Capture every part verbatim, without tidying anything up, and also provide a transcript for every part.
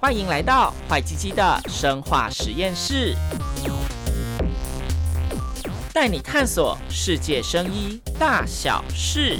欢迎来到坏鸡鸡的生化实验室，带你探索世界生医大小事。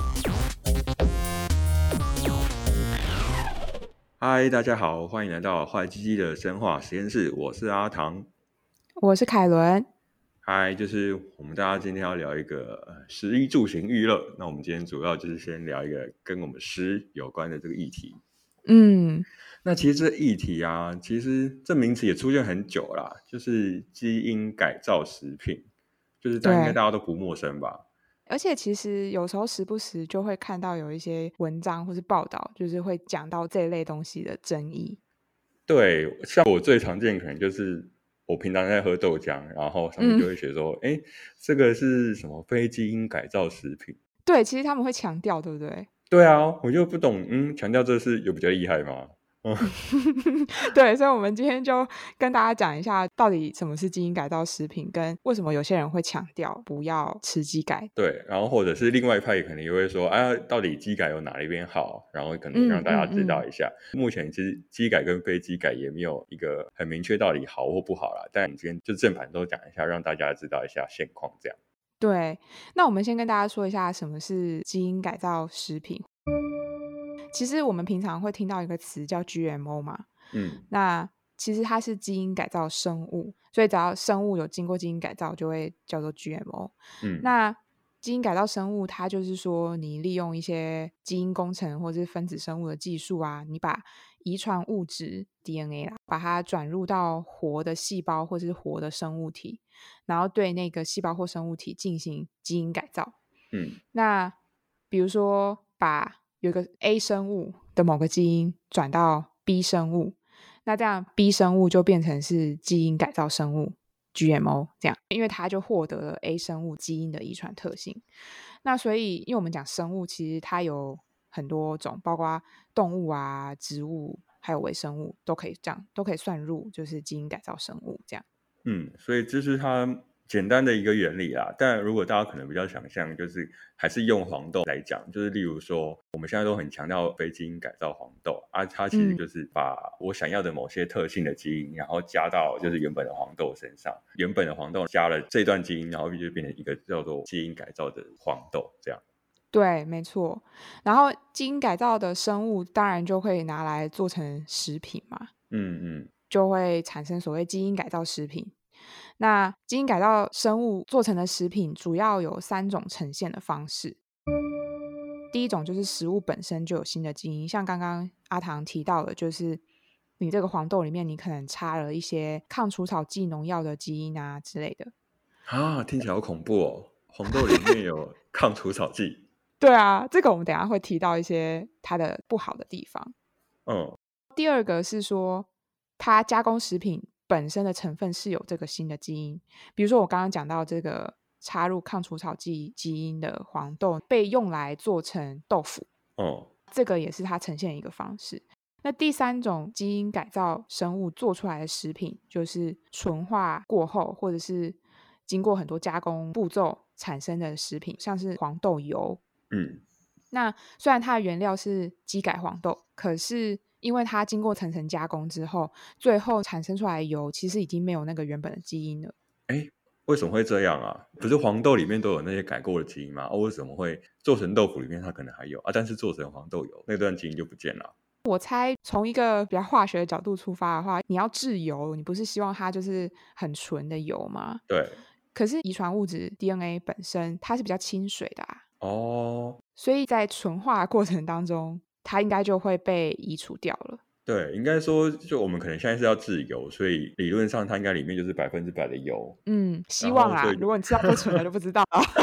嗨，大家好，欢迎来到坏鸡鸡的生化实验室，我是阿唐， 我是凯伦。 嗨，就是我们大家今天要聊一个食衣住行娱乐，那我们今天主要就是先聊一个跟我们食有关的这个议题。 嗯， 那其实这议题啊，其实这名词也出现很久啦，就是基因改造食品，就是大家应该大家都不陌生吧。 而且其实有时候时不时就会看到有一些文章或是报道，就是会讲到这一类东西的争议。 对，像我最常见可能就是我平常在喝豆浆，然后上面就会写说，哎、嗯，这个是什么非基因改造食品？ 对，其实他们会强调，对不对？ 对啊，我就不懂，嗯，强调这是有比较厉害吗？嗯、 对，所以我们今天就跟大家讲一下，到底什么是基因改造食品，跟为什么有些人会强调不要吃基改。 对，然后或者是另外一派可能也会说，啊，到底基改有哪一边好？然后可能让大家知道一下。嗯嗯嗯、目前其实基改跟非基改也没有一个很明确到底好或不好啦，但我们今天就正反都讲一下，让大家知道一下现况这样。 对，那我们先跟大家说一下什么是基因改造食品。其实我们平常会听到一个词叫 G M O 嘛，嗯，那其实它是基因改造生物，所以只要生物有经过基因改造就会叫做 G M O。嗯，那基因改造生物它就是说你利用一些基因工程或是分子生物的技术啊，你把遗传物质 D N A 啦，把它转入到活的细胞或是活的生物体，然后对那个细胞或生物体进行基因改造。嗯，那比如说把有一个 A 生物的某个基因转到 B 生物，那这样 B 生物就变成是基因改造生物 G M O 这样，因为它就获得了 A 生物基因的遗传特性。那所以因为我们讲生物其实它有很多种，包括动物啊、植物还有微生物都可以这样都可以算入就是基因改造生物这样。 嗯，所以这是它简单的一个原理啦，但如果大家可能比较想象，就是还是用黄豆来讲，就是例如说我们现在都很强调非基因改造黄豆啊，它其实就是把我想要的某些特性的基因，然后加到就是原本的黄豆身上，原本的黄豆加了这段基因，然后就变成一个叫做基因改造的黄豆这样。 对，没错。然后基因改造的生物当然就会拿来做成食品嘛，嗯嗯，就会产生所谓基因改造食品。那基因改造生物做成的食品主要有三种呈现的方式。第一种就是食物本身就有新的基因，像刚刚阿唐提到的，就是你这个黄豆里面你可能插了一些抗除草剂农药的基因啊之类的。 啊，听起来好恐怖哦！黄豆里面有抗除草剂。 对啊，这个我们等一下会提到一些它的不好的地方。嗯，第二个是说它加工食品本身的成分是有这个新的基因，比如说我刚刚讲到这个插入抗除草剂基因的黄豆被用来做成豆腐，哦，这个也是它呈现的一个方式。那第三种基因改造生物做出来的食品，就是纯化过后或者是经过很多加工步骤产生的食品，像是黄豆油。嗯，那虽然它的原料是基改黄豆，可是因为它经过层层加工之后，最后产生出来的油其实已经没有那个原本的基因了。 哎，为什么会这样啊？不是黄豆里面都有那些改过的基因吗？哦，为什么会做成豆腐里面它可能还有啊？但是做成黄豆油那段基因就不见了。 我猜从一个比较化学的角度出发的话，你要制油，你不是希望它就是很纯的油吗？ 对。 可是遗传物质 D N A 本身它是比较亲水的啊。 哦， 所以在纯化过程当中，它应该就会被移除掉了。 对，应该说，就我们可能现在是要制油，所以理论上它应该里面就是百分之百的油。 嗯，希望啦。如果你吃到不纯的就不知道了。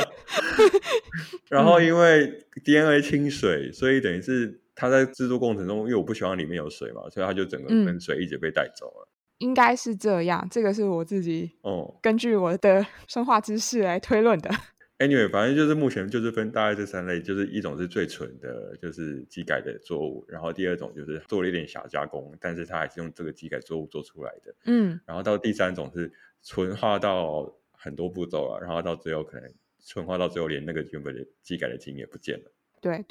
然后因为 D N A 亲水，所以等于是它在制作过程中，因为我不希望里面有水嘛，所以它就整个跟水一直被带走了。 嗯，应该是这样，这个是我自己根据我的生化知识来推论的。 Anyway， 反正就是目前就是分大概这三类，就是一种是最纯的，就是基改的作物，然后第二种就是做了一点小加工，但是它还是用这个基改作物做出来的，嗯，然后到第三种是纯化到很多步骤了，然后到最后可能纯化到最后连那个原本的基改的基因也不见了。 对对，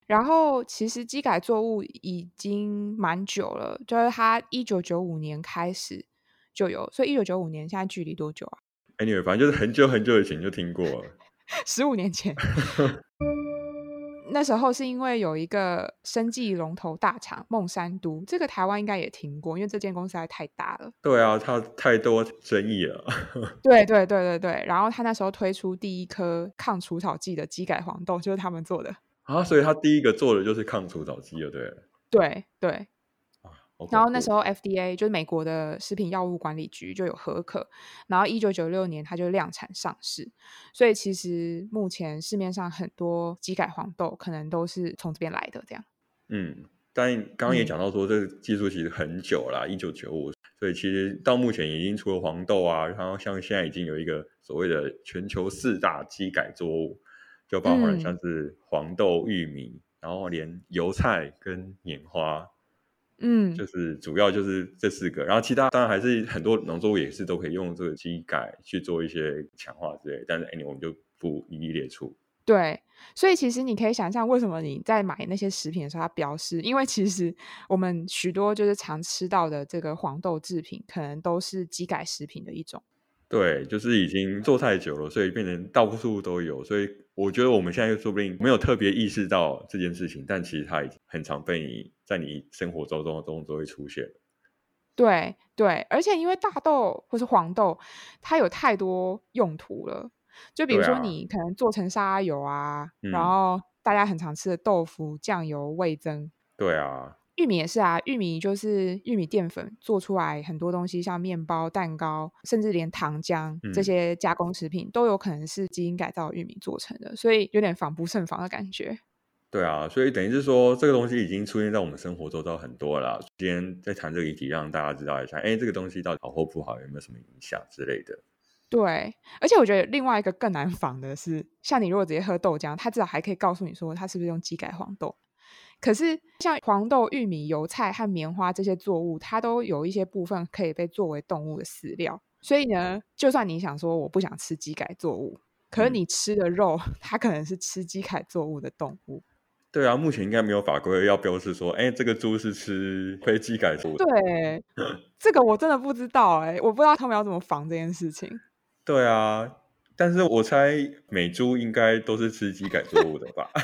然后其实基改作物已经蛮久了，就是它一九九五年开始就有，所以一九九五年现在距离多久啊？ Anyway， 反正就是很久很久以前就听过了。 十五年前。那时候是因为有一个生技龙头大厂孟山都，这个台湾应该也听过，因为这间公司还太大了。 对啊，它太多争议了。 对对对对对，然后他那时候推出第一颗抗除草剂的基改黄豆，就是他们做的啊，所以他第一个做的就是抗除草剂了，对了。 对对。然后那时候 F D A 就是美国的食品药物管理局就有核可，然后一九九六年它就量产上市，所以其实目前市面上很多基改黄豆可能都是从这边来的这样。 嗯，但刚刚也讲到说这个技术其实很久啦，一九九五，所以其实到目前已经除了黄豆啊，然后像现在已经有一个所谓的全球四大基改作物，就包含像是黄豆、玉米，然后连油菜跟棉花，嗯，就是主要就是这四个，然后其他当然还是很多农作物也是都可以用这个基改去做一些强化之类，但是 anyway 我们就不一一列出。 对，所以其实你可以想象为什么你在买那些食品的时候它标示，因为其实我们许多就是常吃到的这个黄豆制品可能都是基改食品的一种。 对，就是已经做太久了，所以变成到处都有，所以我觉得我们现在说不定没有特别意识到这件事情，但其实它已经很常被你在你生活周中中都会出现。 对对，而且因为大豆或是黄豆它有太多用途了，就比如说你可能做成沙拉油啊， 嗯， 然后大家很常吃的豆腐、酱油、味噌。 对啊， 玉米也是啊，玉米就是玉米淀粉做出来很多东西，像面包、蛋糕，甚至连糖浆，这些加工食品都有可能是基因改造玉米做成的，所以有点防不胜防的感觉。 对啊，所以等于是说这个东西已经出现在我们生活周遭很多了啦。今天在谈这个议题，让大家知道一下，哎，这个东西到底好或不好，有没有什么影响之类的。 对，而且我觉得另外一个更难防的是，像你如果直接喝豆浆，它至少还可以告诉你说它是不是用基改黄豆。可是像黄豆、玉米、油菜和棉花这些作物，它都有一些部分可以被作为动物的饲料，所以呢，就算你想说我不想吃基改作物，可是你吃的肉、嗯、它可能是吃基改作物的动物。 对啊，目前应该没有法规要标示说，哎，这个猪是吃非基改作物的。 对，这个我真的不知道哎、欸，我不知道他们要怎么防这件事情。 对啊，但是我猜美猪应该都是吃基改作物的吧？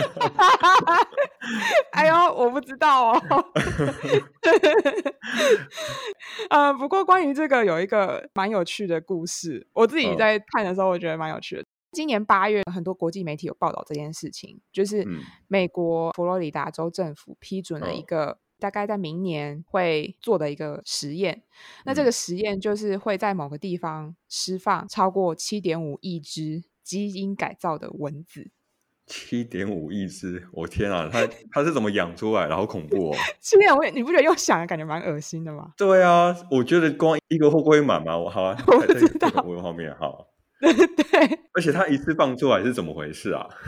哎呦，我不知道哦。呃，不过关于这个有一个蛮有趣的故事，我自己在看的时候我觉得蛮有趣的。今年八月很多国际媒体有报道这件事情，就是美国佛罗里达州政府批准了一个大概在明年会做的一个实验，那这个实验就是会在某个地方释放超过 七点五亿只基因改造的蚊子。 七点五亿只，我天啊，它它是怎么养出来的？好恐怖哦！ 七点五亿，你不觉得用想的感觉蛮恶心的吗？ 对啊，我觉得光一个货柜满嘛，我好啊， 我不知道， 我后面好。 对对， 而且它一次放出来是怎么回事啊？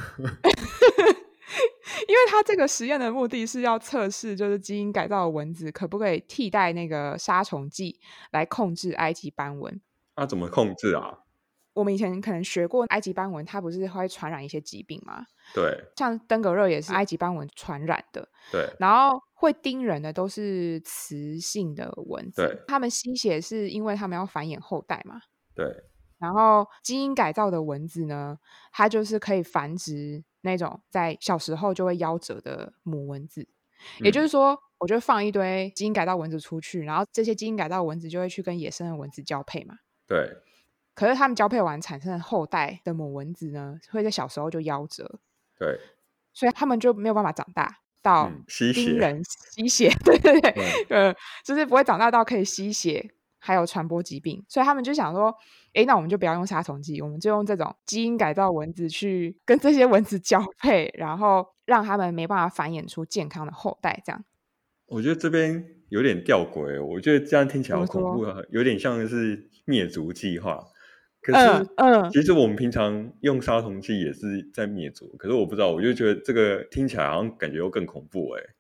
因为它这个实验的目的是要测试，就是基因改造的蚊子可不可以替代那个杀虫剂来控制埃及斑蚊。 那、啊、怎么控制啊？ 我们以前可能学过埃及斑蚊，它不是会传染一些疾病吗？ 对， 像登革热也是埃及斑蚊传染的。 对， 然后会叮人的都是雌性的蚊子， 对， 它们吸血是因为它们要繁衍后代嘛。 对。 然后基因改造的蚊子呢，它就是可以繁殖那种在小时候就会夭折的母蚊子、嗯、也就是说我就放一堆基因改造蚊子出去，然后这些基因改造蚊子就会去跟野生的蚊子交配嘛。 对， 可是他们交配完产生的后代的母蚊子呢，会在小时候就夭折。 对， 所以他们就没有办法长大到叮人、 嗯、 吸血对对对、嗯、就是不会长大到可以吸血还有传播疾病，所以他们就想说，诶，那我们就不要用杀虫剂，我们就用这种基因改造蚊子去跟这些蚊子交配，然后让他们没办法繁衍出健康的后代。这样， 我觉得这边有点吊诡，我觉得这样听起来好恐怖，有点像是灭族计划。可是，嗯嗯、其实我们平常用杀虫剂也是在灭族，可是我不知道，我就觉得这个听起来好像感觉又更恐怖哎。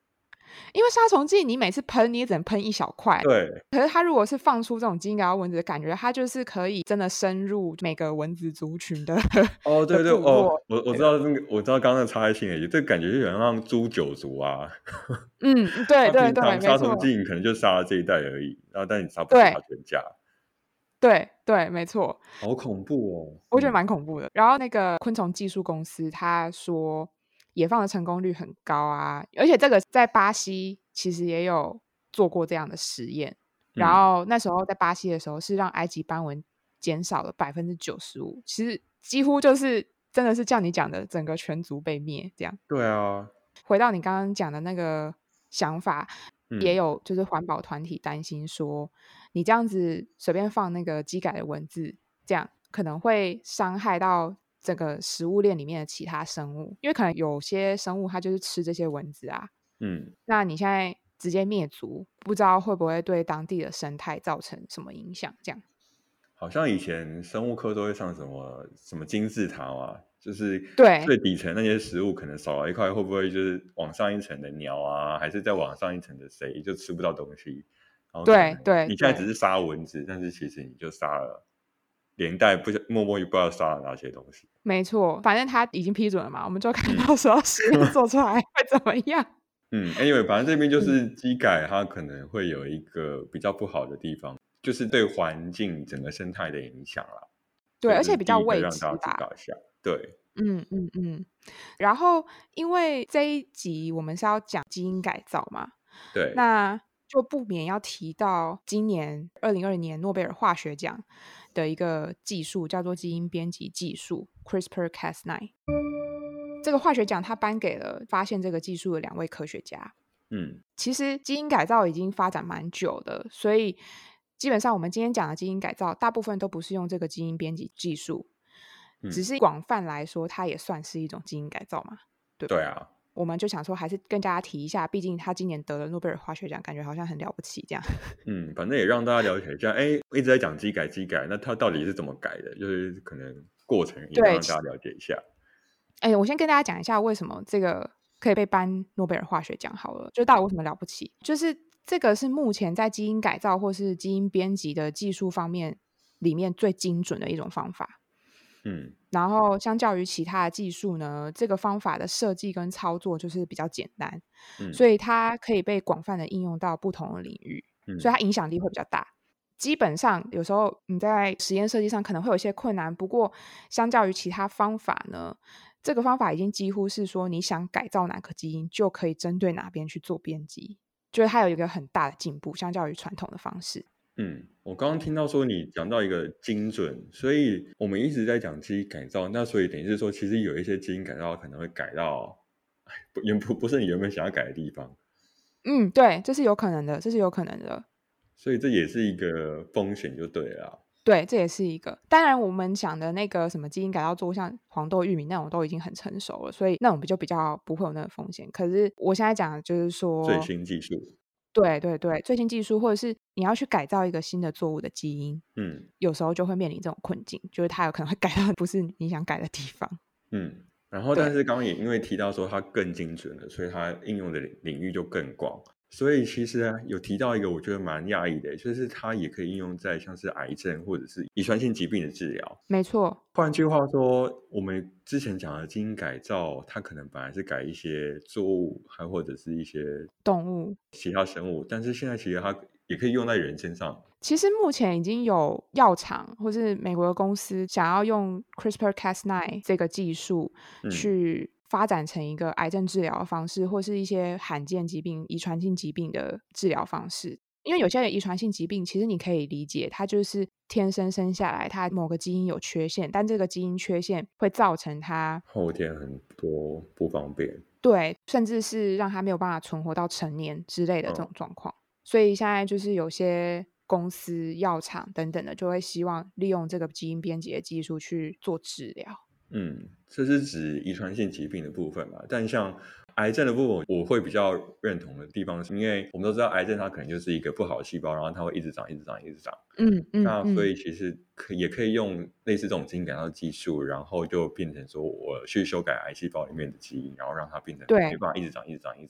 因为杀虫剂你每次喷你也只能喷一小块， 对。 可是它如果是放出这种基因改造蚊子的感觉，它就是可以真的深入每个蚊子族群的哦，对对哦，我我知道那个，我知道刚刚的差异性而已，这感觉就有点像猪九族啊。 嗯，对对对， 杀虫剂你可能就杀了这一代而已，然后但你杀不死它全家。 对对，没错。 好恐怖哦！ 我觉得蛮恐怖的。嗯、然后那个昆虫技术公司他说，野放的成功率很高啊，而且这个在巴西其实也有做过这样的实验。然后那时候在巴西的时候，是让埃及斑蚊减少了百分之九十五，其实几乎就是真的是像你讲的，整个全族被灭这样。 对啊。 回到你刚刚讲的那个想法。也有就是环保团体担心说，你这样子随便放那个基改的文字，这样可能会伤害到整个食物链里面的其他生物，因为可能有些生物它就是吃这些蚊子啊。嗯，那你现在直接灭族，不知道会不会对当地的生态造成什么影响？这样， 好像以前生物课都会上什么什么金字塔啊。就是对最底层那些食物可能少了一块，会不会就是往上一层的鸟啊，还是再往上一层的谁就吃不到东西？然后对对， 你现在只是杀蚊子，但是其实你就杀了，连带不默默不知道杀了哪些东西。 没错，反正他已经批准了嘛，我们就看到时候实验做出来会怎么样。 嗯 ，anyway， 反正这边就是基改，它可能会有一个比较不好的地方，就是对环境整个生态的影响啦。 对，而且比较未知吧。对， 嗯嗯嗯。然后因为这一集我们是要讲基因改造嘛， 对， 那就不免要提到今年二零二零年诺贝尔化学奖的一个技术，叫做基因编辑技术 CRISPR Cas 九。这个化学奖它颁给了发现这个技术的两位科学家。嗯，其实基因改造已经发展蛮久的，所以基本上我们今天讲的基因改造大部分都不是用这个基因编辑技术，只是广泛来说它也算是一种基因改造嘛，对吧？ 对啊， 我们就想说还是跟大家提一下，毕竟他今年得了诺贝尔化学奖，感觉好像很了不起这样。 嗯，反正也让大家了解一下，哎，一直在讲基改基改，那它到底是怎么改的，就是可能过程也让大家了解一下。 哎，我先跟大家讲一下为什么这个可以被颁诺贝尔化学奖好了，就到底为什么了不起，就是这个是目前在基因改造或是基因编辑的技术方面里面最精准的一种方法。嗯，然后相较于其他的技术呢，这个方法的设计跟操作就是比较简单，嗯，所以它可以被广泛的应用到不同的领域，嗯，所以它影响力会比较大。基本上有时候你在实验设计上可能会有一些困难，不过相较于其他方法呢，这个方法已经几乎是说你想改造哪个基因就可以针对哪边去做编辑，就是它有一个很大的进步，相较于传统的方式。 嗯，我刚刚听到说你讲到一个精准，所以我们一直在讲基因改造，那所以等于是说，其实有一些基因改造可能会改到不原不不是你原本想要改的地方。 嗯，对，这是有可能的，这是有可能的。 所以这也是一个风险，就对了啦。 对，这也是一个。当然，我们讲的那个什么基因改造作物，像黄豆、玉米那种都已经很成熟了，所以那种就比较不会有那个风险。可是我现在讲的就是说最新技术。 对对对，最新技术，或者是你要去改造一个新的作物的基因，嗯，有时候就会面临这种困境，就是它有可能会改到不是你想改的地方。 嗯，然后但是刚刚也因为提到说它更精准了，所以它应用的领域就更广。所以其实有提到一个我觉得蛮讶异的，就是它也可以应用在像是癌症或者是遗传性疾病的治疗。 没错。 换句话说，我们之前讲的基因改造，它可能本来是改一些作物，还或者是一些动物、 其他生物，但是现在其实它也可以用在人身上。 其实目前已经有药厂或是美国的公司想要用 CRISPR Cas 九 这个技术去发展成一个癌症治疗方式，或是一些罕见疾病、遗传性疾病的治疗方式。因为有些遗传性疾病，其实你可以理解，它就是天生生下来，它某个基因有缺陷，但这个基因缺陷会造成它后天很多不方便， 对，甚至是让它没有办法存活到成年之类的这种状况。嗯、所以现在就是有些公司、药厂等等的，就会希望利用这个基因编辑的技术去做治疗。 嗯，这是指遗传性疾病的部分嘛？但像癌症的部分，我会比较认同的地方是，因为我们都知道癌症它可能就是一个不好的细胞，然后它会一直长、一直长、一直长。嗯嗯。那所以其实可也可以用类似这种基因改造技术，然后就变成说我去修改癌细胞里面的基因，然后让它变成没办法一直长、一直长、一直长。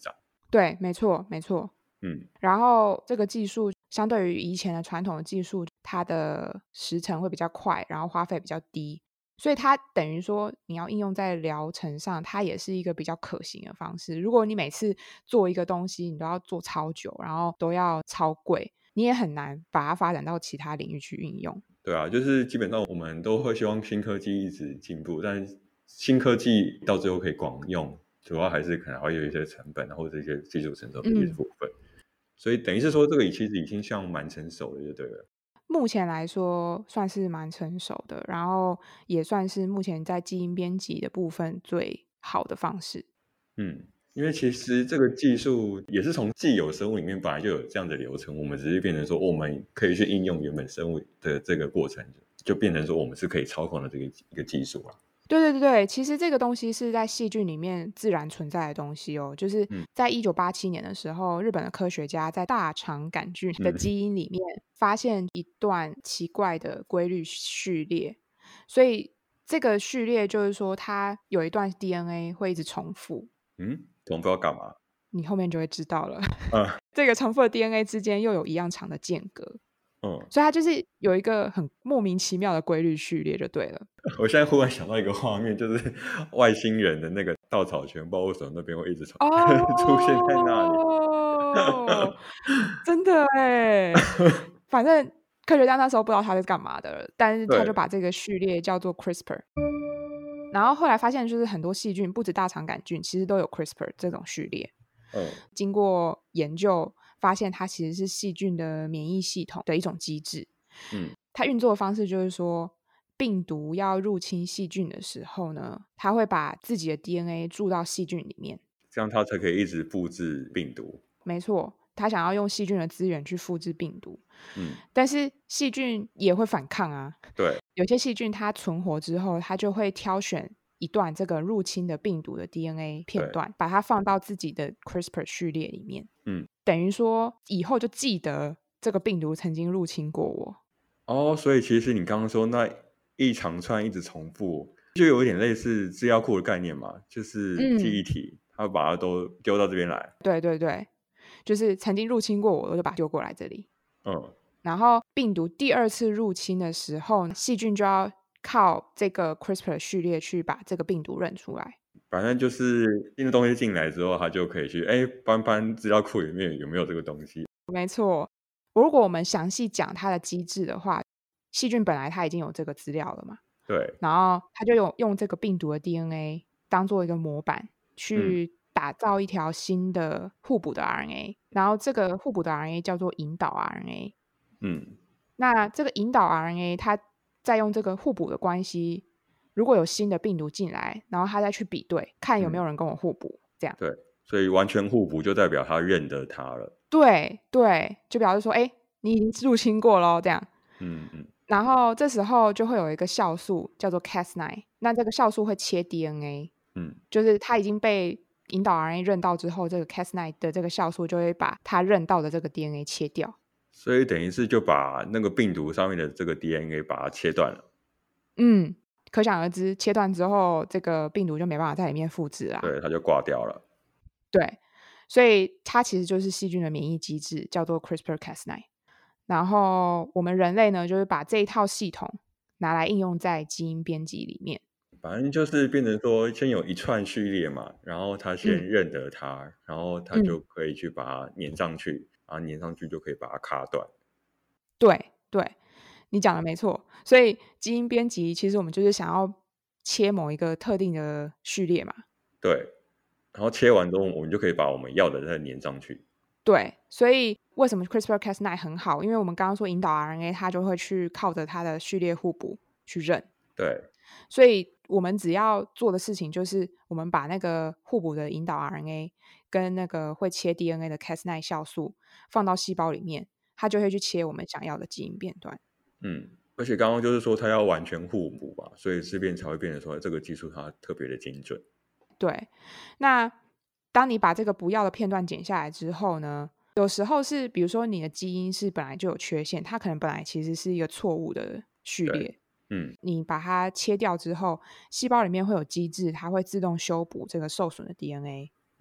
对，没错没错。嗯，然后这个技术相对于以前的传统的技术，它的时程会比较快，然后花费比较低，所以它等于说你要应用在疗程上，它也是一个比较可行的方式。如果你每次做一个东西你都要做超久，然后都要超贵，你也很难把它发展到其他领域去运用。 对啊，就是基本上我们都会希望新科技一直进步，但新科技到最后可以广用，主要还是可能会有一些成本或者一些技术成熟的一些部分、嗯、所以等于是说这个其实已经像蛮成熟的就对了。 目前来说算是蛮成熟的，然后也算是目前在基因编辑的部分最好的方式。 嗯，因为其实这个技术也是从既有生物里面本来就有这样的流程，我们只是变成说我们可以去应用原本生物的这个过程，就变成说我们是可以操控的这个一个技术啊。 对对对对，其实这个东西是在细菌里面自然存在的东西哦，就是在一九八七年的时候、嗯、日本的科学家在大肠杆菌的基因里面发现一段奇怪的规律序列，所以这个序列就是说它有一段 D N A 会一直重复。 嗯，重复要干嘛？ 你后面就会知道了、嗯、这个重复的 D N A 之间又有一样长的间隔，嗯，所以它就是有一个很莫名其妙的规律序列就对了。 我现在忽然想到一个画面，就是外星人的那个稻草圈，不知道为什么那边会一直、oh! 出现在那里。 真的耶反正科学家那时候不知道他是干嘛的，但是他就把这个序列叫做 CRISPR。 然后后来发现就是很多细菌不止大肠杆菌其实都有 CRISPR 这种序列、嗯、经过研究发现它其实是细菌的免疫系统的一种机制。嗯，它运作的方式就是说病毒要入侵细菌的时候呢，它会把自己的 D N A 注到细菌里面， 这样它才可以一直复制病毒。 没错，它想要用细菌的资源去复制病毒。嗯，但是细菌也会反抗啊。 对， 有些细菌它存活之后，它就会挑选一段这个入侵的病毒的 D N A 片段，把它放到自己的 CRISPR 序列里面。嗯，等于说以后就记得这个病毒曾经入侵过我。 哦，所以其实你刚刚说那一长串一直重复，就有一点类似资料库的概念嘛，就是记忆体、嗯、它把它都丢到这边来。 对对对，就是曾经入侵过我，我就把它丢过来这里。嗯，然后病毒第二次入侵的时候，细菌就要靠这个 CRISPR 序列去把这个病毒认出来。 反正就是新的东西进来之后，它就可以去哎翻翻资料库里面有没有这个东西。 没错，如果我们详细讲它的机制的话，细菌本来它已经有这个资料了嘛。 对， 然后它就用用这个病毒的 D N A 当做一个模板去打造一条新的互补的 R N A、嗯、然后这个互补的 R N A 叫做引导 R N A。 嗯，那这个引导 R N A 它再用这个互补的关系，如果有新的病毒进来，然后它再去比对看有没有人跟我互补、嗯、这样。 对，所以完全互补就代表它认得它了。 对对，就表示说哎，你已经入侵过咯这样。嗯嗯，然后这时候就会有一个酵素叫做 Cas 九， 那这个酵素会切 D N A。 嗯，就是它已经被引导 R N A 认到之后，这个 Cas 九 的这个酵素就会把它认到的这个 D N A 切掉， 所以等于是就把那个病毒上面的这个 D N A 把它切断了。 嗯，可想而知切断之后这个病毒就没办法在里面复制啦。 对，它就挂掉了。 对，所以它其实就是细菌的免疫机制，叫做 CRISPR Cas 九。然后我们人类呢，就是把这一套系统拿来应用在基因编辑里面。 反正就是变成说先有一串序列嘛，然后它先认得它、嗯、然后它就可以去把它粘上去、嗯、然后粘上去就可以把它卡断。 对对，你讲的没错。所以基因编辑其实我们就是想要切某一个特定的序列嘛。 对，然后切完之后我们就可以把我们要的再粘上去。 对，所以为什么 CRISPR Cas 九 很好，因为我们刚刚说引导 R N A 它就会去靠着它的序列互补去认。 对， 所以我们只要做的事情就是我们把那个互补的引导 R N A 跟那个会切 D N A 的 Cas 九 酵素放到细胞里面，它就会去切我们想要的基因片段。 嗯，而且刚刚就是说它要完全互补吧，所以这边才会变成说这个技术它特别的精准。 对，那当你把这个不要的片段剪下来之后呢，有时候是比如说你的基因是本来就有缺陷，它可能本来其实是一个错误的序列。嗯，你把它切掉之后，细胞里面会有机制，它会自动修补这个受损的 D N A。嗯，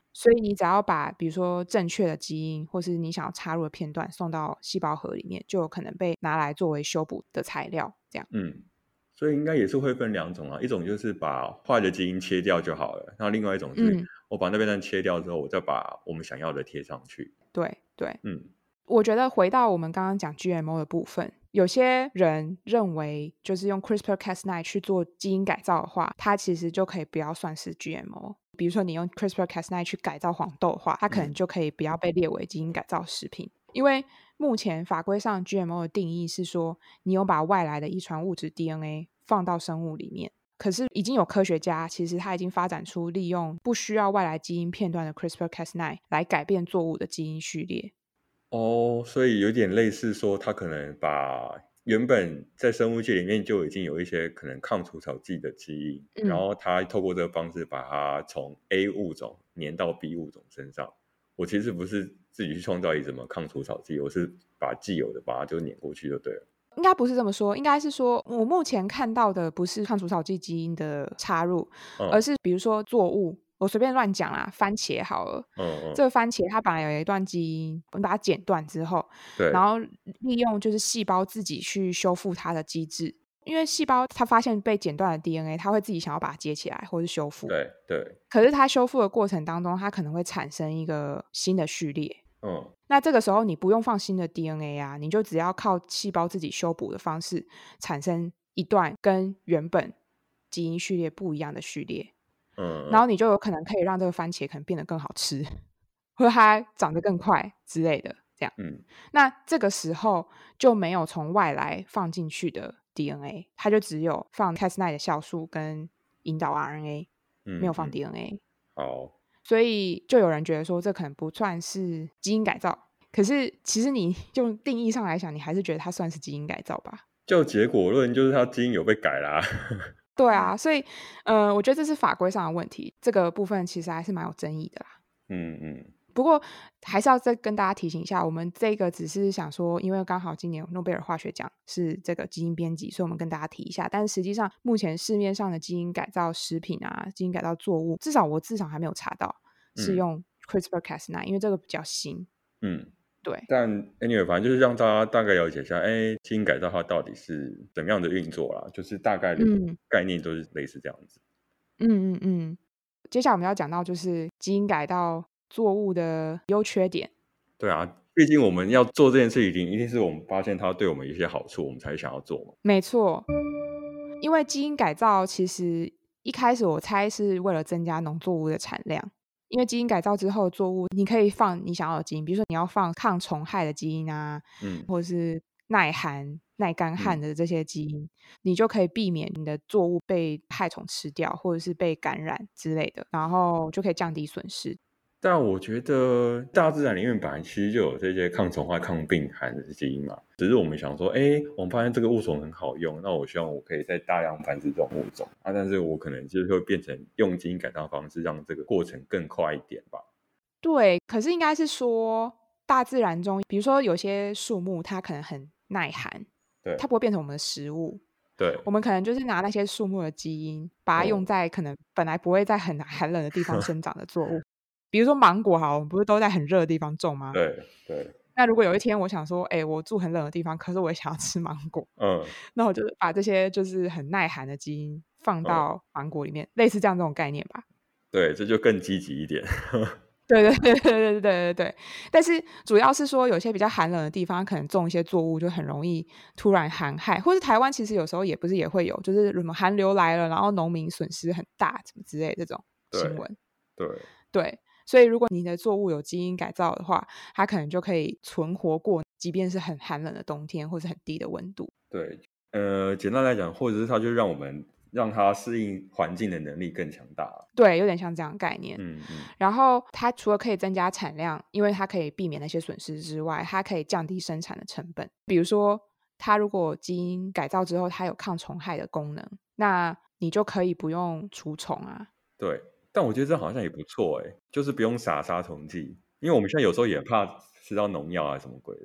所以你只要把比如说正确的基因或是你想要插入的片段送到细胞核里面，就有可能被拿来作为修补的材料这样。 嗯，所以应该也是会分两种啊，一种就是把坏的基因切掉就好了，那另外一种是、嗯、我把那边的切掉之后，我再把我们想要的贴上去。 对对， 嗯， 我觉得回到我们刚刚讲 G M O 的部分，有些人认为就是用 CRISPR Cas 九 去做基因改造的话，它其实就可以不要算是 G M O。比如说你用 CRISPR Cas 九 去改造黄豆的话，它可能就可以不要被列为基因改造食品、嗯、因为目前法规上 G M O 的定义是说你有把外来的遗传物质 D N A 放到生物里面，可是已经有科学家其实他已经发展出利用不需要外来基因片段的 CRISPR Cas 九 来改变作物的基因序列。 哦，所以有点类似说他可能把原本在生物界里面就已经有一些可能抗除草剂的基因、嗯、然后他透过这个方式把它从 A 物种粘到 B 物种身上。我其实不是自己去创造一什么抗除草剂，我是把既有的把它就粘过去就对了。 应该不是这么说，应该是说我目前看到的不是抗除草剂基因的插入、嗯、而是比如说作物，我随便乱讲啦，番茄好了，嗯嗯，这个番茄它本来有一段基因，我们把它剪断之后，对，然后利用就是细胞自己去修复它的机制，因为细胞它发现被剪断的 D N A， 它会自己想要把它接起来或是修复， 对对。 可是它修复的过程当中，它可能会产生一个新的序列，嗯，那这个时候你不用放新的 D N A 啊，你就只要靠细胞自己修补的方式产生一段跟原本基因序列不一样的序列，嗯，然后你就有可能可以让这个番茄可能变得更好吃，或者它长得更快之类的这样，嗯，那这个时候就没有从外来放进去的 D N A， 它就只有放 Cas 九 的酵素跟引导 R N A，嗯，没有放 D N A，嗯，好，所以就有人觉得说这可能不算是基因改造，可是其实你用定义上来讲，你还是觉得它算是基因改造吧？ 就结果论就是它基因有被改啦。 对啊，所以呃，我觉得这是法规上的问题，这个部分其实还是蛮有争议的啦。嗯嗯。不过还是要再跟大家提醒一下，我们这个只是想说，因为刚好今年诺贝尔化学奖是这个基因编辑，所以我们跟大家提一下。但是实际上，目前市面上的基因改造食品啊，基因改造作物，至少我至少还没有查到是用 CRISPR Cas 九、嗯、因为这个比较新。嗯，对。 但 anyway 反正就是让大家大概了解一下，哎，基因改造它到底是怎么样的运作啦，就是大概的概念都是类似这样子。 嗯嗯嗯。接下来我们要讲到就是基因改造作物的优缺点。 对啊，毕竟我们要做这件事情，一定是我们发现它对我们有一些好处，我们才想要做嘛。 没错，因为基因改造其实一开始我猜是为了增加农作物的产量，因为基因改造之后作物你可以放你想要的基因，比如说你要放抗虫害的基因啊，嗯，或者是耐寒耐干旱的这些基因、嗯、你就可以避免你的作物被害虫吃掉或者是被感染之类的，然后就可以降低损失。 但我觉得大自然里面本来其实就有这些抗虫害抗病寒的基因嘛，只是我们想说哎，我们发现这个物种很好用，那我希望我可以再大量繁殖这种物种啊，但是我可能就是会变成用基因改造方式让这个过程更快一点吧。 对，可是应该是说大自然中比如说有些树木它可能很耐寒，对，它不会变成我们的食物，对，我们可能就是拿那些树木的基因把它用在可能本来不会在很寒冷的地方生长的作物比如说芒果好，我们不是都在很热的地方种吗？ 对对。 那如果有一天我想说哎、欸，我住很冷的地方可是我也想要吃芒果，嗯，那我就把这些就是很耐寒的基因放到芒果里面、嗯、类似这样这种概念吧。 对，这就更积极一点对对对对对对对对，但是主要是说有些比较寒冷的地方可能种一些作物就很容易突然寒害，或是台湾其实有时候也不是也会有就是什么寒流来了然后农民损失很大什么之类的这种新闻。 对对对，所以如果你的作物有基因改造的话，它可能就可以存活过即便是很寒冷的冬天或是很低的温度。 对，呃，简单来讲或者是它就让我们让它适应环境的能力更强大。 对，有点像这样的概念。嗯嗯。然后它除了可以增加产量，因为它可以避免那些损失之外，它可以降低生产的成本。比如说它如果基因改造之后它有抗虫害的功能，那你就可以不用除虫啊。 对，但我觉得这好像也不错耶，就是不用撒杀虫剂，因为我们现在有时候也怕吃到农药啊什么鬼的。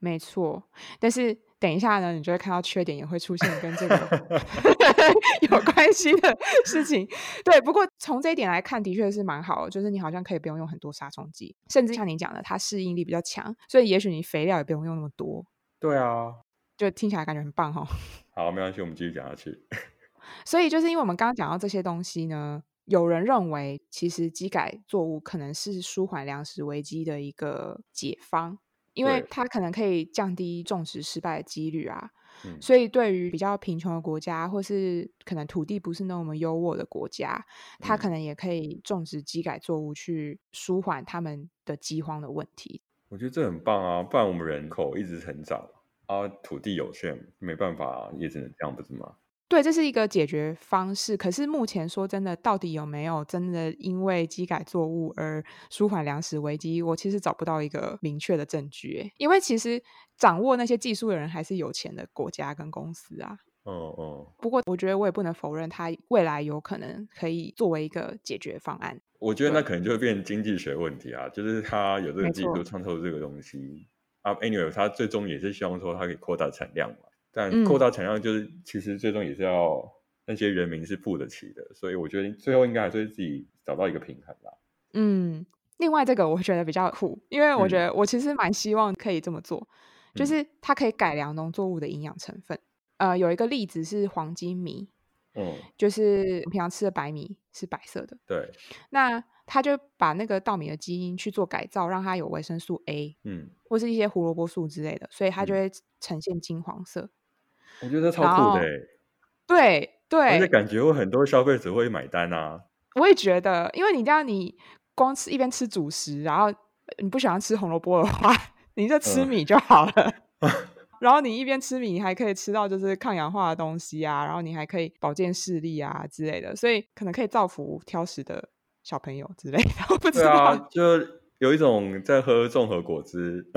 没错，但是等一下呢，你就会看到缺点也会出现跟这个有关系的事情。对，不过从这一点来看，的确是蛮好的，就是你好像可以不用用很多杀虫剂，甚至像你讲的，它适应力比较强，所以也许你肥料也不用用那么多。 对啊， 就听起来感觉很棒齁。 好，没关系，我们继续讲下去。 所以就是因为我们刚刚讲到这些东西呢，有人认为其实基改作物可能是舒缓粮食危机的一个解方，因为它可能可以降低种植失败的几率啊。嗯、所以对于比较贫穷的国家，或是可能土地不是那么优渥的国家，它可能也可以种植基改作物去舒缓他们的饥荒的问题。 我觉得这很棒啊，不然我们人口一直成长啊，土地有限，没办法，也只能这样，不是吗？ 对，这是一个解决方式。可是目前说真的，到底有没有真的因为基改作物而舒缓粮食危机，我其实找不到一个明确的证据。因为其实掌握那些技术的人还是有钱的国家跟公司啊。 哦哦。 不过我觉得我也不能否认，它未来有可能可以作为一个解决方案。 我觉得那可能就会变经济学问题啊，就是他有这个技术创造这个东西啊 ，anyway， 他最终也是希望说他可以扩大产量嘛。但扩大产量就是、嗯、其实最终也是要那些人民是付得起的，所以我觉得最后应该还是自己找到一个平衡啦。 嗯，另外这个我觉得比较酷，因为我觉得我其实蛮希望可以这么做，嗯、就是它可以改良农作物的营养成分。呃，有一个例子是黄金米，嗯，就是平常吃的白米是白色的， 对， 那他就把那个稻米的基因去做改造，让它有维生素 A， 嗯，或是一些胡萝卜素之类的，所以它就会呈现金黄色。嗯我觉得超酷的耶， 对对， 而且感觉会很多消费者会买单啊。 我也觉得，因为你这样，你光吃一边吃主食，然后你不喜欢吃红萝卜的话，你就吃米就好了。嗯、然后你一边吃米，你还可以吃到就是抗氧化的东西啊，然后你还可以保健视力啊之类的，所以可能可以造福挑食的小朋友之类的。我不知道， 对啊，就有一种在喝综合果汁。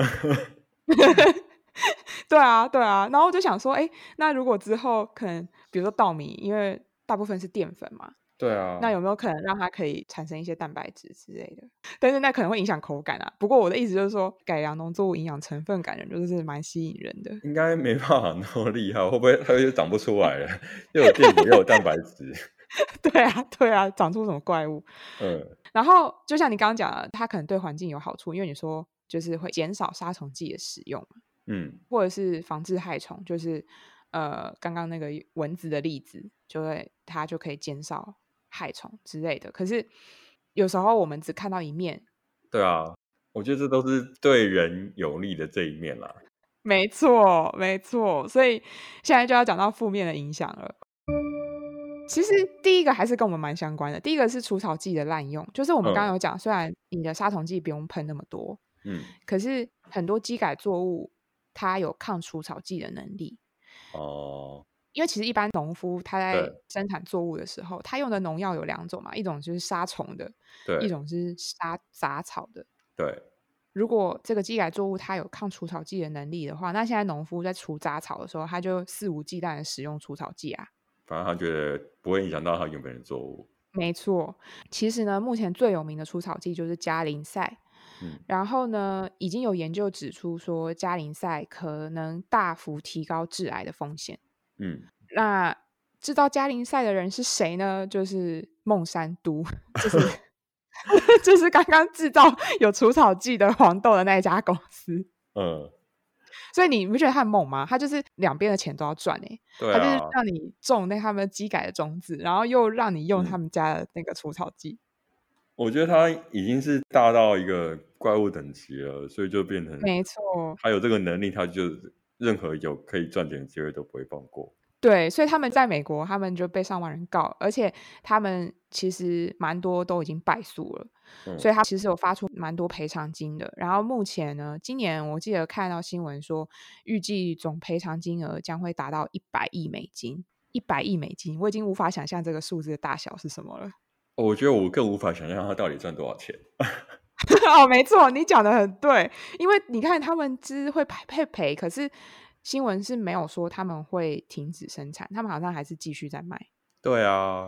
对啊，对啊，然后我就想说，哎，那如果之后可能，比如说稻米，因为大部分是淀粉嘛， 对啊， 那有没有可能让它可以产生一些蛋白质之类的？但是那可能会影响口感啊。不过我的意思就是说，改良农作物营养成分，感觉就是蛮吸引人的。 应该没办法那么厉害，会不会它就长不出来了？又有淀粉又有蛋白质。 对啊，对啊，长出什么怪物？嗯。然后就像你刚刚讲的，它可能对环境有好处，因为你说就是会减少杀虫剂的使用嘛。嗯，或者是防治害虫，就是呃，刚刚那个蚊子的例子，就会它就可以减少害虫之类的。可是有时候我们只看到一面。 对啊，我觉得这都是对人有利的这一面啦。 没错，没错。所以现在就要讲到负面的影响了。其实第一个还是跟我们蛮相关的。第一个是除草剂的滥用，就是我们刚刚有讲，嗯、虽然你的杀虫剂不用喷那么多，嗯，可是很多基改作物它有抗除草剂的能力哦，因为其实一般农夫他在生产作物的时候，他用的农药有两种嘛，一种就是杀虫的，对，一种是杀杂草的。 对， 如果这个基改作物它有抗除草剂的能力的话，那现在农夫在除杂草的时候，他就肆无忌惮的使用除草剂啊， 反正他觉得不会影响到他原本的作物。 没错，其实呢，目前最有名的除草剂就是加林赛。嗯、然后呢，已经有研究指出说，加林赛可能大幅提高致癌的风险。嗯，那知道加林赛的人是谁呢？就是孟山都，就是就是刚刚制造有除草剂的黄豆的那一家公司。嗯，所以你不觉得他很猛吗？他就是两边的钱都要赚哎、欸， 对啊， 他就是让你种那他们基改的种子，然后又让你用他们家的那个除草剂。嗯， 我觉得他已经是大到一个怪物等级了，所以就变成没错， 他有这个能力，他就任何有可以赚钱的机会都不会放过。 对，所以他们在美国，他们就被上万人告，而且他们其实蛮多都已经败诉了，嗯、所以他其实有发出蛮多赔偿金的。然后目前呢，今年我记得看到新闻说，预计总赔偿金额将会达到一百亿美金。一百亿美金，我已经无法想象这个数字的大小是什么了。 我觉得我更无法想象他到底赚多少钱。 哦，没错，你讲的很对，因为你看他们只会赔赔，可是新闻是没有说他们会停止生产，他们好像还是继续在卖。 对啊，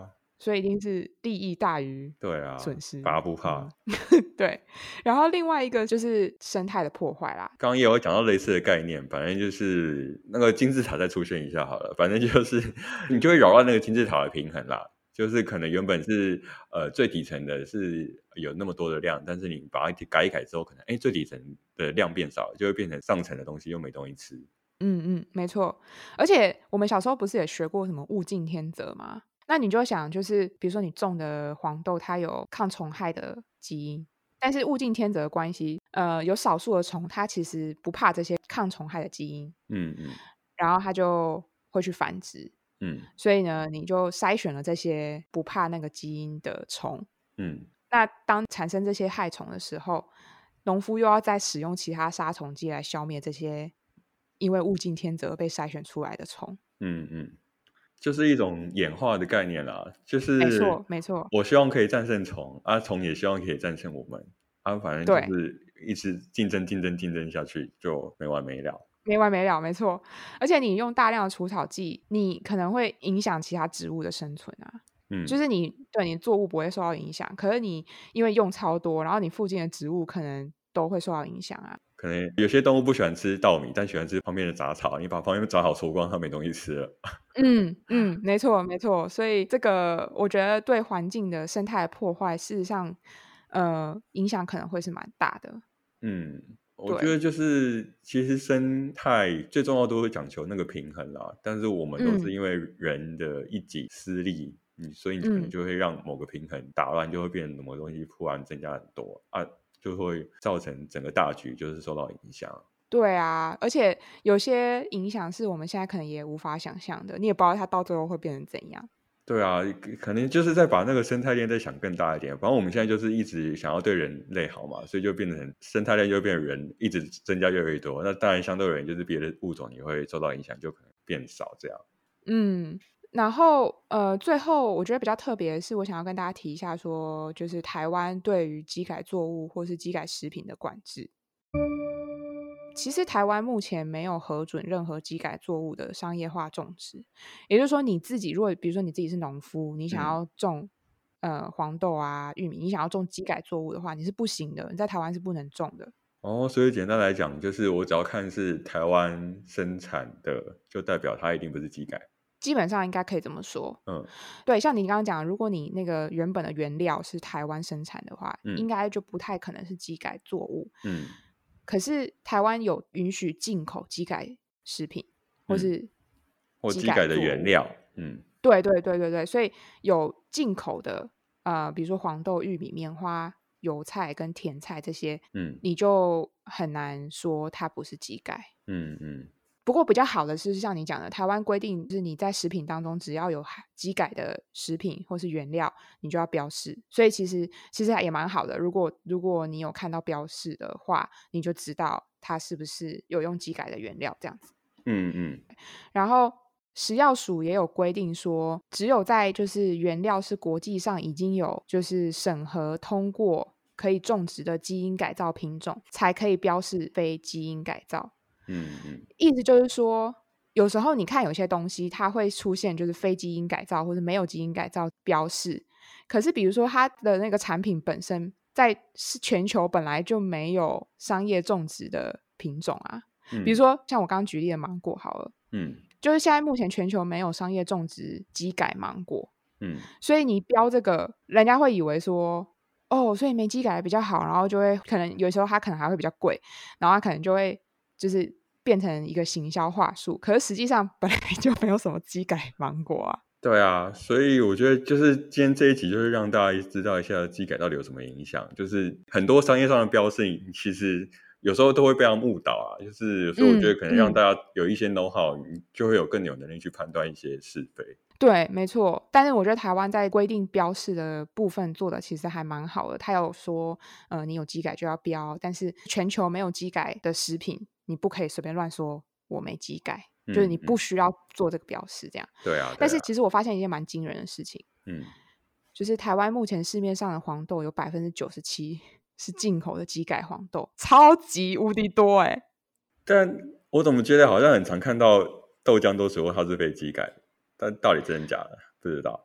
所以一定是利益大于对啊， 损失， 拔不怕、 嗯、对。然后另外一个就是生态的破坏啦， 刚刚也有讲到类似的概念，反正就是那个金字塔再出现一下好了，反正就是你就会扰乱那个金字塔的平衡啦，就是可能原本是呃最底层的是有那么多的量，但是你把它改一改之后，可能哎最底层的量变少了，就会变成上层的东西又没东西吃。 嗯嗯，没错。而且我们小时候不是也学过什么物竞天择吗？那你就想，就是比如说你种的黄豆，它有抗虫害的基因，但是物竞天择的关系，呃，有少数的虫，它其实不怕这些抗虫害的基因， 嗯嗯， 然后它就会去繁殖。 嗯， 所以呢，你就筛选了这些不怕那个基因的虫。 嗯， 那当产生这些害虫的时候，农夫又要再使用其他杀虫剂来消灭这些因为物竞天择被筛选出来的虫。 嗯嗯，就是一种演化的概念啦，就是没错没错， 我希望可以战胜虫，啊，虫也希望可以战胜我们，啊，反正就是一直竞争竞争竞争下去，就没完没了。 没完没了，没错。而且你用大量的除草剂，你可能会影响其他植物的生存啊。嗯，就是你对你作物不会受到影响，可是你因为用超多，然后你附近的植物可能都会受到影响啊。 可能有些动物不喜欢吃稻米，但喜欢吃旁边的杂草，你把旁边的杂草除光，它没东西吃了。 嗯嗯，没错没错。所以这个我觉得对环境的生态破坏，事实上呃影响可能会是蛮大的。 嗯，我觉得就是其实生态最重要都会讲求那个平衡啦，但是我们都是因为人的一己私利，嗯，所以你可能就会让某个平衡打乱，就会变成某个东西突然增加很多啊，就会造成整个大局就是受到影响。 对啊，而且有些影响是我们现在可能也无法想象的，你也不知道它到最后会变成怎样。 对啊，可能就是在把那个生态链再想更大一点。反正我们现在就是一直想要对人类好嘛，所以就变成生态链就变成人一直增加越来越多。那当然相对而言，就是别的物种也会受到影响，就可能变少这样。 嗯，然后呃，最后我觉得比较特别的是，我想要跟大家提一下说，就是台湾对于基改作物或是基改食品的管制。其实台湾目前没有核准任何基改作物的商业化种植，也就是说你自己如果比如说你自己是农夫，你想要种、嗯、呃黄豆啊玉米，你想要种基改作物的话，你是不行的，你在台湾是不能种的。 哦，所以简单来讲，就是我只要看是台湾生产的，就代表它一定不是基改。 基本上应该可以这么说。 嗯， 对，像你刚刚讲，如果你那个原本的原料是台湾生产的话，嗯、应该就不太可能是基改作物。嗯。可是台湾有允许进口基改食品，或是或基改的原料，嗯， 对对对对对，所以有进口的，呃，比如说黄豆、玉米、棉花、油菜跟甜菜这些，嗯，你就很难说它不是基改，嗯嗯。不过比较好的是，像你讲的，台湾规定就是你在食品当中只要有基改的食品或是原料，你就要标示。所以其实其实也蛮好的。如果如果你有看到标示的话，你就知道它是不是有用基改的原料这样子。嗯嗯。然后食药署也有规定说，只有在就是原料是国际上已经有就是审核通过可以种植的基因改造品种，才可以标示非基因改造。嗯嗯，意思就是说，有时候你看有些东西它会出现就是非基因改造或者没有基因改造标示，可是比如说它的那个产品本身在全球本来就没有商业种植的品种啊，嗯、比如说像我刚刚举例的芒果好了，嗯，就是现在目前全球没有商业种植基改芒果，嗯，所以你标这个，人家会以为说。哦，所以没基改比较好，然后就会可能有时候它可能还会比较贵，然后它可能就会就是变成一个行销话术，可是实际上本来就没有什么基改芒果啊。 对啊，所以我觉得就是今天这一集就是让大家知道一下基改到底有什么影响，就是很多商业上的标示其实有时候都会被他们误导啊，就是有时候我觉得可能让大家有一些 know how、嗯嗯、就会有更有能力去判断一些是非。 对，没错。但是我觉得台湾在规定标示的部分做的其实还蛮好的。他有说，呃，你有基改就要标，但是全球没有基改的食品，你不可以随便乱说我没基改，嗯、就是你不需要做这个标示这样。 对啊。对啊， 但是其实我发现一件蛮惊人的事情，嗯，就是台湾目前市面上的黄豆有百分之九十七是进口的基改黄豆，超级无敌多哎、欸。 但我怎么觉得好像很常看到豆浆都说它是非基改。但到底真的假的不知道。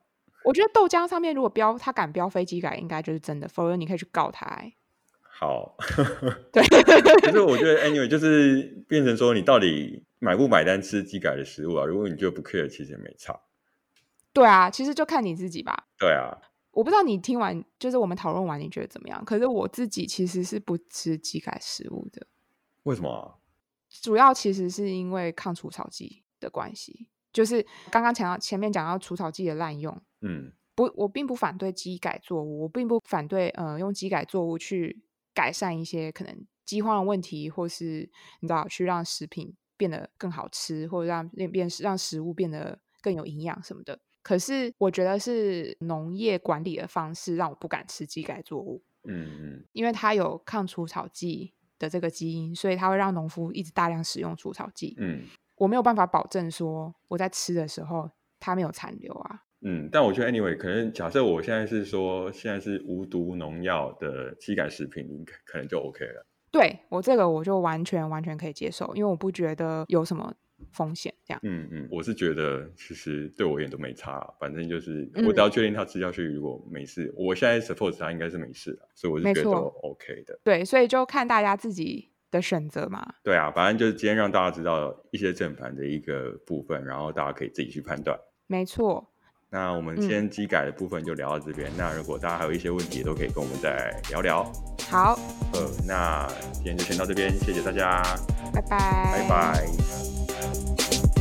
我觉得豆浆上面如果标他敢标非基改，应该就是真的，否则你可以去告他、欸。 好， 对， 可是我觉得 anyway 就是变成说你到底买不买单吃基改的食物啊？如果你就不 care， 其实也没差。 对啊，其实就看你自己吧。 对啊， 我不知道你听完就是我们讨论完你觉得怎么样？可是我自己其实是不吃基改食物的。 为什么啊？ 主要其实是因为抗除草剂的关系，就是刚刚讲到前面讲到除草剂的滥用，嗯，不，我并不反对基改作物，我并不反对呃用基改作物去改善一些可能饥荒的问题，或是你知道去让食品变得更好吃，或者让变让食物变得更有营养什么的。可是我觉得是农业管理的方式让我不敢吃基改作物，嗯嗯，因为它有抗除草剂的这个基因，所以它会让农夫一直大量使用除草剂。嗯，我没有办法保证说我在吃的时候它没有残留啊。 嗯，但我觉得 anyway 可能假设我现在是说现在是无毒农药的基改食品，你可能就 OK 了。 对，我这个我就完全完全可以接受，因为我不觉得有什么风险这样。 嗯嗯，我是觉得其实对我而言都没差，反正就是我只要确定他吃下去如果没事，嗯，我现在 suppose 他应该是没事了，所以我是觉得都 OK 的。 对，所以就看大家自己的选择嘛。 对啊，反正就是今天让大家知道一些正反的一个部分，然后大家可以自己去判断。 没错。 那我们今天基改的部分就聊到这边，嗯，那如果大家还有一些问题，也都可以跟我们再聊聊。 好， 呃，那今天就先到这边，谢谢大家， 拜拜， 拜拜。